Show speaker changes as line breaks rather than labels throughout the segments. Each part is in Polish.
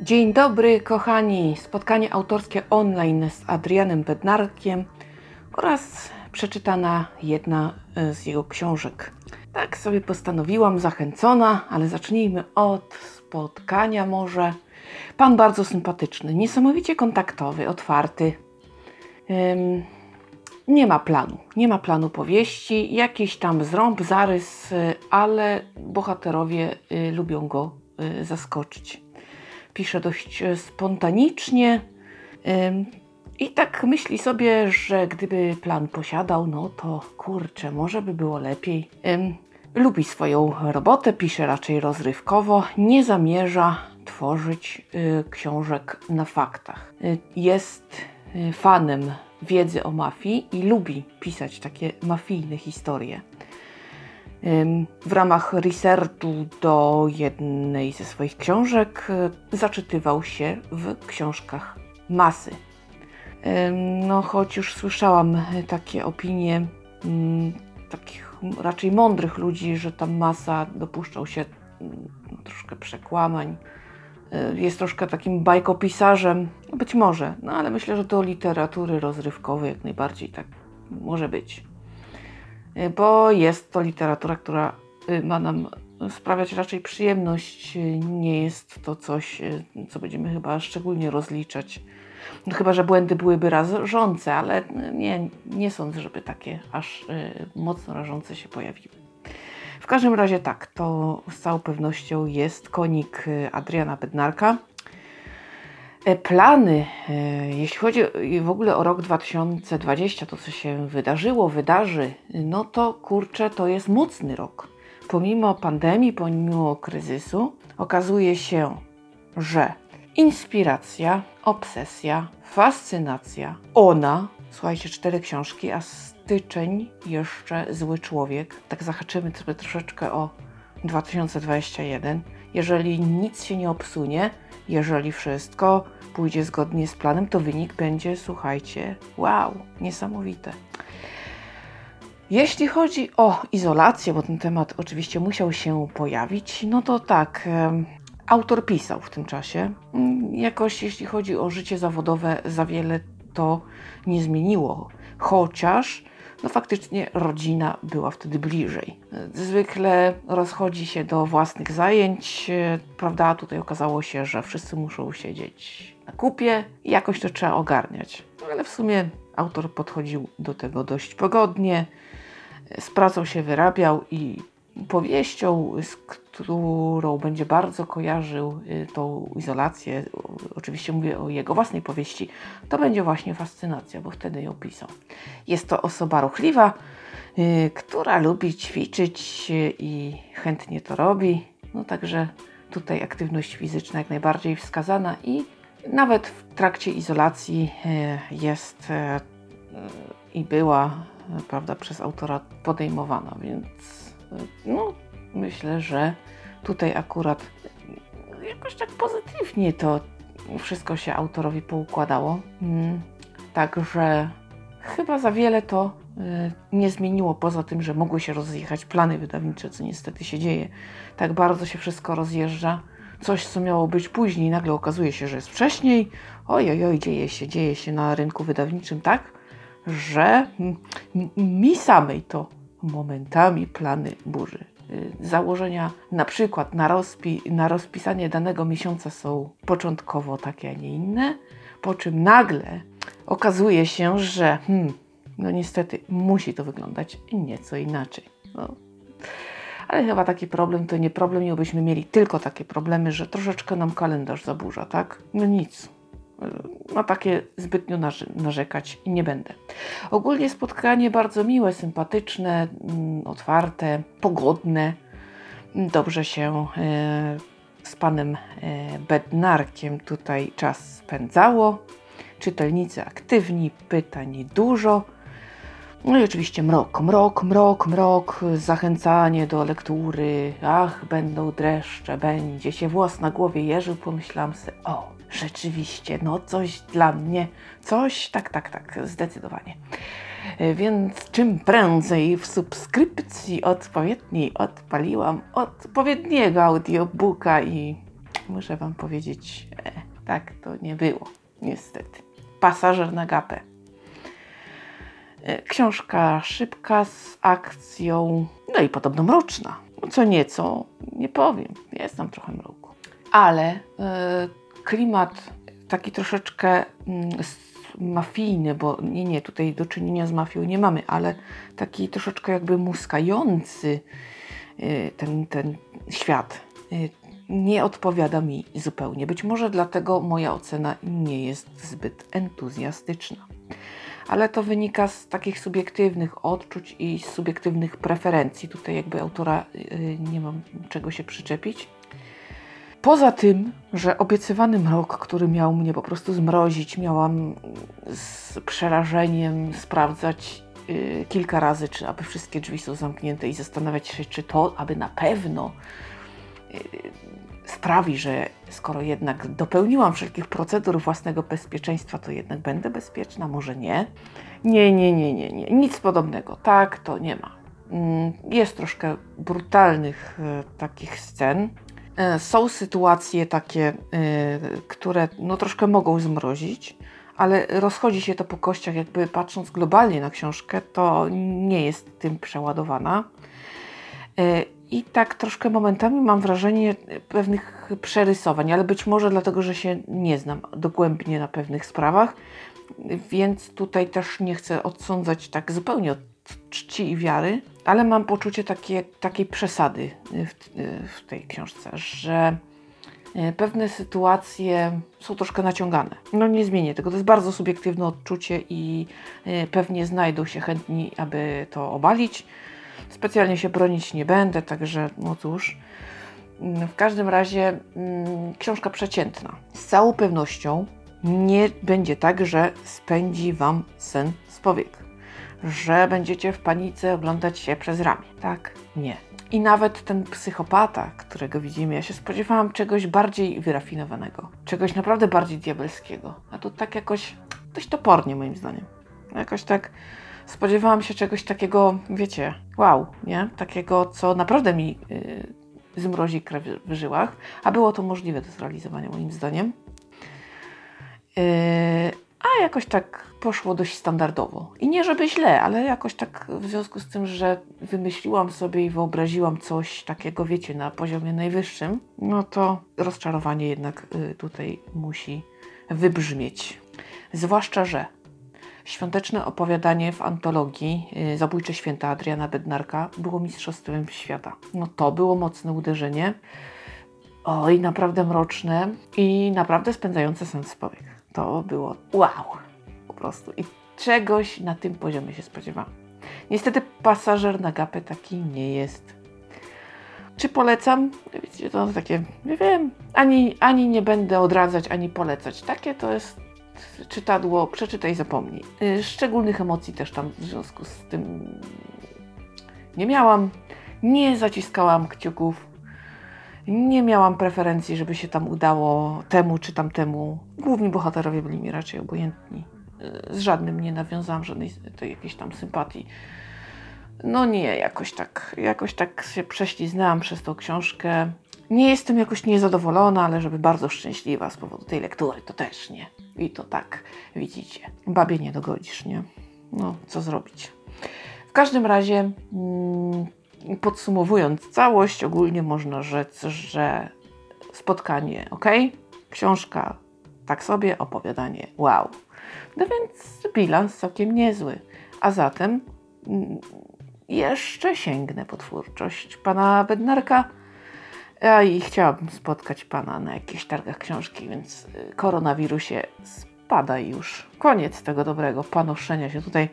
Dzień dobry kochani, spotkanie autorskie online z Adrianem Bednarkiem oraz przeczytana jedna z jego książek. Tak sobie postanowiłam, zachęcona, ale zacznijmy od spotkania może. Pan bardzo sympatyczny, niesamowicie kontaktowy, otwarty. Nie ma planu powieści, jakiś tam zrąb, zarys, ale bohaterowie lubią go zaskoczyć. Pisze dość spontanicznie i tak myśli sobie, że gdyby plan posiadał, no to kurczę, może by było lepiej. Lubi swoją robotę, pisze raczej rozrywkowo, nie zamierza tworzyć książek na faktach. Jest fanem wiedzy o mafii i lubi pisać takie mafijne historie. W ramach researchu do jednej ze swoich książek zaczytywał się w książkach Masy. No, choć już słyszałam takie opinie takich raczej mądrych ludzi, że tam Masa dopuszczał się troszkę przekłamań. Jest troszkę takim bajkopisarzem, być może, no ale myślę, że do literatury rozrywkowej jak najbardziej tak może być. Bo jest to literatura, która ma nam sprawiać raczej przyjemność. Nie jest to coś, co będziemy chyba szczególnie rozliczać. No, chyba że błędy byłyby rażące, ale nie sądzę, żeby takie aż mocno rażące się pojawiły. W każdym razie tak, to z całą pewnością jest konik Adriana Bednarka. Plany, jeśli chodzi w ogóle o rok 2020, to co się wydarzy, no to kurczę, to jest mocny rok. Pomimo pandemii, pomimo kryzysu, okazuje się, że inspiracja, obsesja, fascynacja, słuchajcie, 4 książki, a styczeń jeszcze Zły Człowiek. Tak zahaczymy sobie troszeczkę o 2021. Jeżeli nic się nie obsunie, jeżeli wszystko pójdzie zgodnie z planem, to wynik będzie, słuchajcie, wow, niesamowite. Jeśli chodzi o izolację, bo ten temat oczywiście musiał się pojawić, no to tak, autor pisał w tym czasie. Jakoś jeśli chodzi o życie zawodowe, za wiele to nie zmieniło, chociaż no faktycznie rodzina była wtedy bliżej. Zwykle rozchodzi się do własnych zajęć, prawda? Tutaj okazało się, że wszyscy muszą siedzieć na kupie i jakoś to trzeba ogarniać. Ale w sumie autor podchodził do tego dość pogodnie, z pracą się wyrabiał i powieścią, z którą będzie bardzo kojarzył tą izolację, oczywiście mówię o jego własnej powieści, to będzie właśnie Fascynacja, bo wtedy ją pisał. Jest to osoba ruchliwa, która lubi ćwiczyć i chętnie to robi, no także tutaj aktywność fizyczna jak najbardziej wskazana i nawet w trakcie izolacji jest i była, prawda, przez autora podejmowana, więc no, myślę, że tutaj akurat jakoś tak pozytywnie to wszystko się autorowi poukładało. Także chyba za wiele to nie zmieniło, poza tym, że mogły się rozjechać plany wydawnicze, co niestety się dzieje. Tak bardzo się wszystko rozjeżdża. Coś, co miało być później, nagle okazuje się, że jest wcześniej. Oj, dzieje się na rynku wydawniczym tak, że mi samej to momentami plany burzy. Założenia na przykład na rozpisanie danego miesiąca są początkowo takie, a nie inne, po czym nagle okazuje się, że no niestety musi to wyglądać nieco inaczej. No. Ale chyba taki problem to nie problem, nie byśmy mieli tylko takie problemy, że troszeczkę nam kalendarz zaburza, tak? No nic. Na takie zbytnio narzekać nie będę. Ogólnie spotkanie bardzo miłe, sympatyczne, otwarte, pogodne. Dobrze się z panem Bednarkiem tutaj czas spędzało. Czytelnicy aktywni, pytań dużo. No i oczywiście mrok, zachęcanie do lektury. Ach, będą dreszcze, będzie się włos na głowie jeżył. Pomyślałam sobie, rzeczywiście, no coś dla mnie, coś, tak, zdecydowanie. Więc czym prędzej w subskrypcji odpowiedniej odpaliłam odpowiedniego audiobooka i muszę Wam powiedzieć, tak to nie było, niestety. Pasażer na gapę. Książka szybka, z akcją, no i podobno mroczna. Co nieco, nie powiem, jest tam trochę mroku. Ale klimat taki troszeczkę mafijny, bo nie, tutaj do czynienia z mafią nie mamy, ale taki troszeczkę jakby muskający ten świat nie odpowiada mi zupełnie. Być może dlatego moja ocena nie jest zbyt entuzjastyczna. Ale to wynika z takich subiektywnych odczuć i subiektywnych preferencji. Tutaj jakby autora nie mam czego się przyczepić. Poza tym, że obiecywany mrok, który miał mnie po prostu zmrozić, miałam z przerażeniem sprawdzać kilka razy, czy aby wszystkie drzwi są zamknięte i zastanawiać się, czy to aby na pewno sprawi, że skoro jednak dopełniłam wszelkich procedur własnego bezpieczeństwa, to jednak będę bezpieczna, może nie. Nie, nic podobnego. Tak, to nie ma. Jest troszkę brutalnych takich scen. Są sytuacje takie, które no troszkę mogą zmrozić, ale rozchodzi się to po kościach, jakby patrząc globalnie na książkę, to nie jest tym przeładowana. I tak troszkę momentami mam wrażenie pewnych przerysowań, ale być może dlatego, że się nie znam dogłębnie na pewnych sprawach, więc tutaj też nie chcę odsądzać tak zupełnie od czci i wiary, ale mam poczucie takiej przesady w tej książce, że pewne sytuacje są troszkę naciągane. No nie zmienię tego, to jest bardzo subiektywne odczucie i pewnie znajdą się chętni, aby to obalić. Specjalnie się bronić nie będę, także no cóż. W każdym razie książka przeciętna. Z całą pewnością nie będzie tak, że spędzi Wam sen z powiek. Że będziecie w panice oglądać się przez ramię. Tak? Nie. I nawet ten psychopata, którego widzimy, ja się spodziewałam czegoś bardziej wyrafinowanego. Czegoś naprawdę bardziej diabelskiego. A tu tak jakoś dość topornie moim zdaniem. Jakoś tak spodziewałam się czegoś takiego, wiecie, wow, nie? Takiego, co naprawdę mi zmrozi krew w żyłach, a było to możliwe do zrealizowania moim zdaniem. A jakoś tak poszło dość standardowo. I nie żeby źle, ale jakoś tak w związku z tym, że wymyśliłam sobie i wyobraziłam coś takiego, wiecie, na poziomie najwyższym, no to rozczarowanie jednak tutaj musi wybrzmieć. Zwłaszcza, że świąteczne opowiadanie w antologii Zabójcze święta Adriana Bednarka było mistrzostwem świata. No to było mocne uderzenie. Oj, naprawdę mroczne i naprawdę spędzające sens powiek. To było wow, po prostu. I czegoś na tym poziomie się spodziewałam. Niestety Pasażer na gapę taki nie jest. Czy polecam? Wiecie, to takie, nie wiem, ani nie będę odradzać, ani polecać. Takie to jest czytadło, przeczytaj i zapomnij. Szczególnych emocji też tam w związku z tym nie miałam. Nie zaciskałam kciuków. Nie miałam preferencji, żeby się tam udało temu czy tamtemu. Główni bohaterowie byli mi raczej obojętni. Z żadnym nie nawiązałam żadnej jakiejś tam sympatii. No nie, jakoś tak się prześliznęłam przez tą książkę. Nie jestem jakoś niezadowolona, ale żeby bardzo szczęśliwa z powodu tej lektury, to też nie. I to tak, widzicie, babie nie dogodzisz, nie? No, co zrobić? W każdym razie, podsumowując całość, ogólnie można rzec, że spotkanie ok, książka tak sobie, opowiadanie wow. No więc bilans całkiem niezły. A zatem jeszcze sięgnę po twórczość pana Bednarka. I chciałabym spotkać pana na jakichś targach książki, więc koronawirusie spadaj już. Koniec tego dobrego panoszenia się tutaj.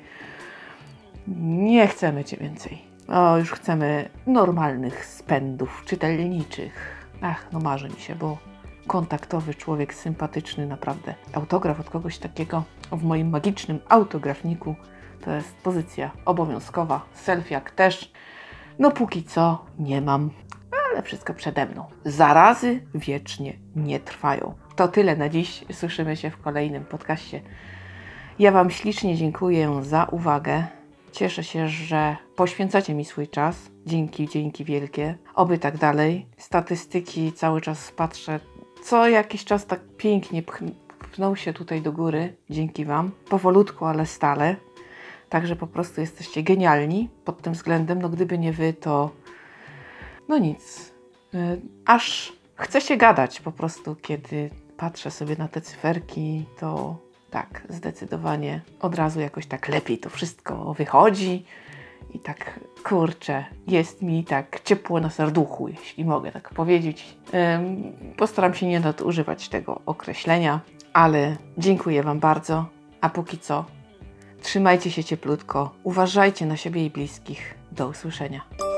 Nie chcemy cię więcej. Już chcemy normalnych spędów czytelniczych. No marzy mi się, bo kontaktowy człowiek, sympatyczny naprawdę. Autograf od kogoś takiego w moim magicznym autografniku to jest pozycja obowiązkowa. Selfiak też. No póki co nie mam. Ale wszystko przede mną. Zarazy wiecznie nie trwają. To tyle na dziś. Słyszymy się w kolejnym podcaście. Ja Wam ślicznie dziękuję za uwagę. Cieszę się, że poświęcacie mi swój czas. Dzięki wielkie. Oby tak dalej. Statystyki cały czas patrzę. co jakiś czas tak pięknie pchnął się tutaj do góry, dzięki Wam, powolutku, ale stale. Także po prostu jesteście genialni pod tym względem. No gdyby nie Wy, to no nic. Aż chce się gadać po prostu, kiedy patrzę sobie na te cyferki, to tak, zdecydowanie od razu jakoś tak lepiej to wszystko wychodzi i tak, kurczę, jest mi tak ciepło na serduchu, jeśli mogę tak powiedzieć. Postaram się nie nadużywać tego określenia, ale dziękuję Wam bardzo, a póki co trzymajcie się cieplutko, uważajcie na siebie i bliskich. Do usłyszenia.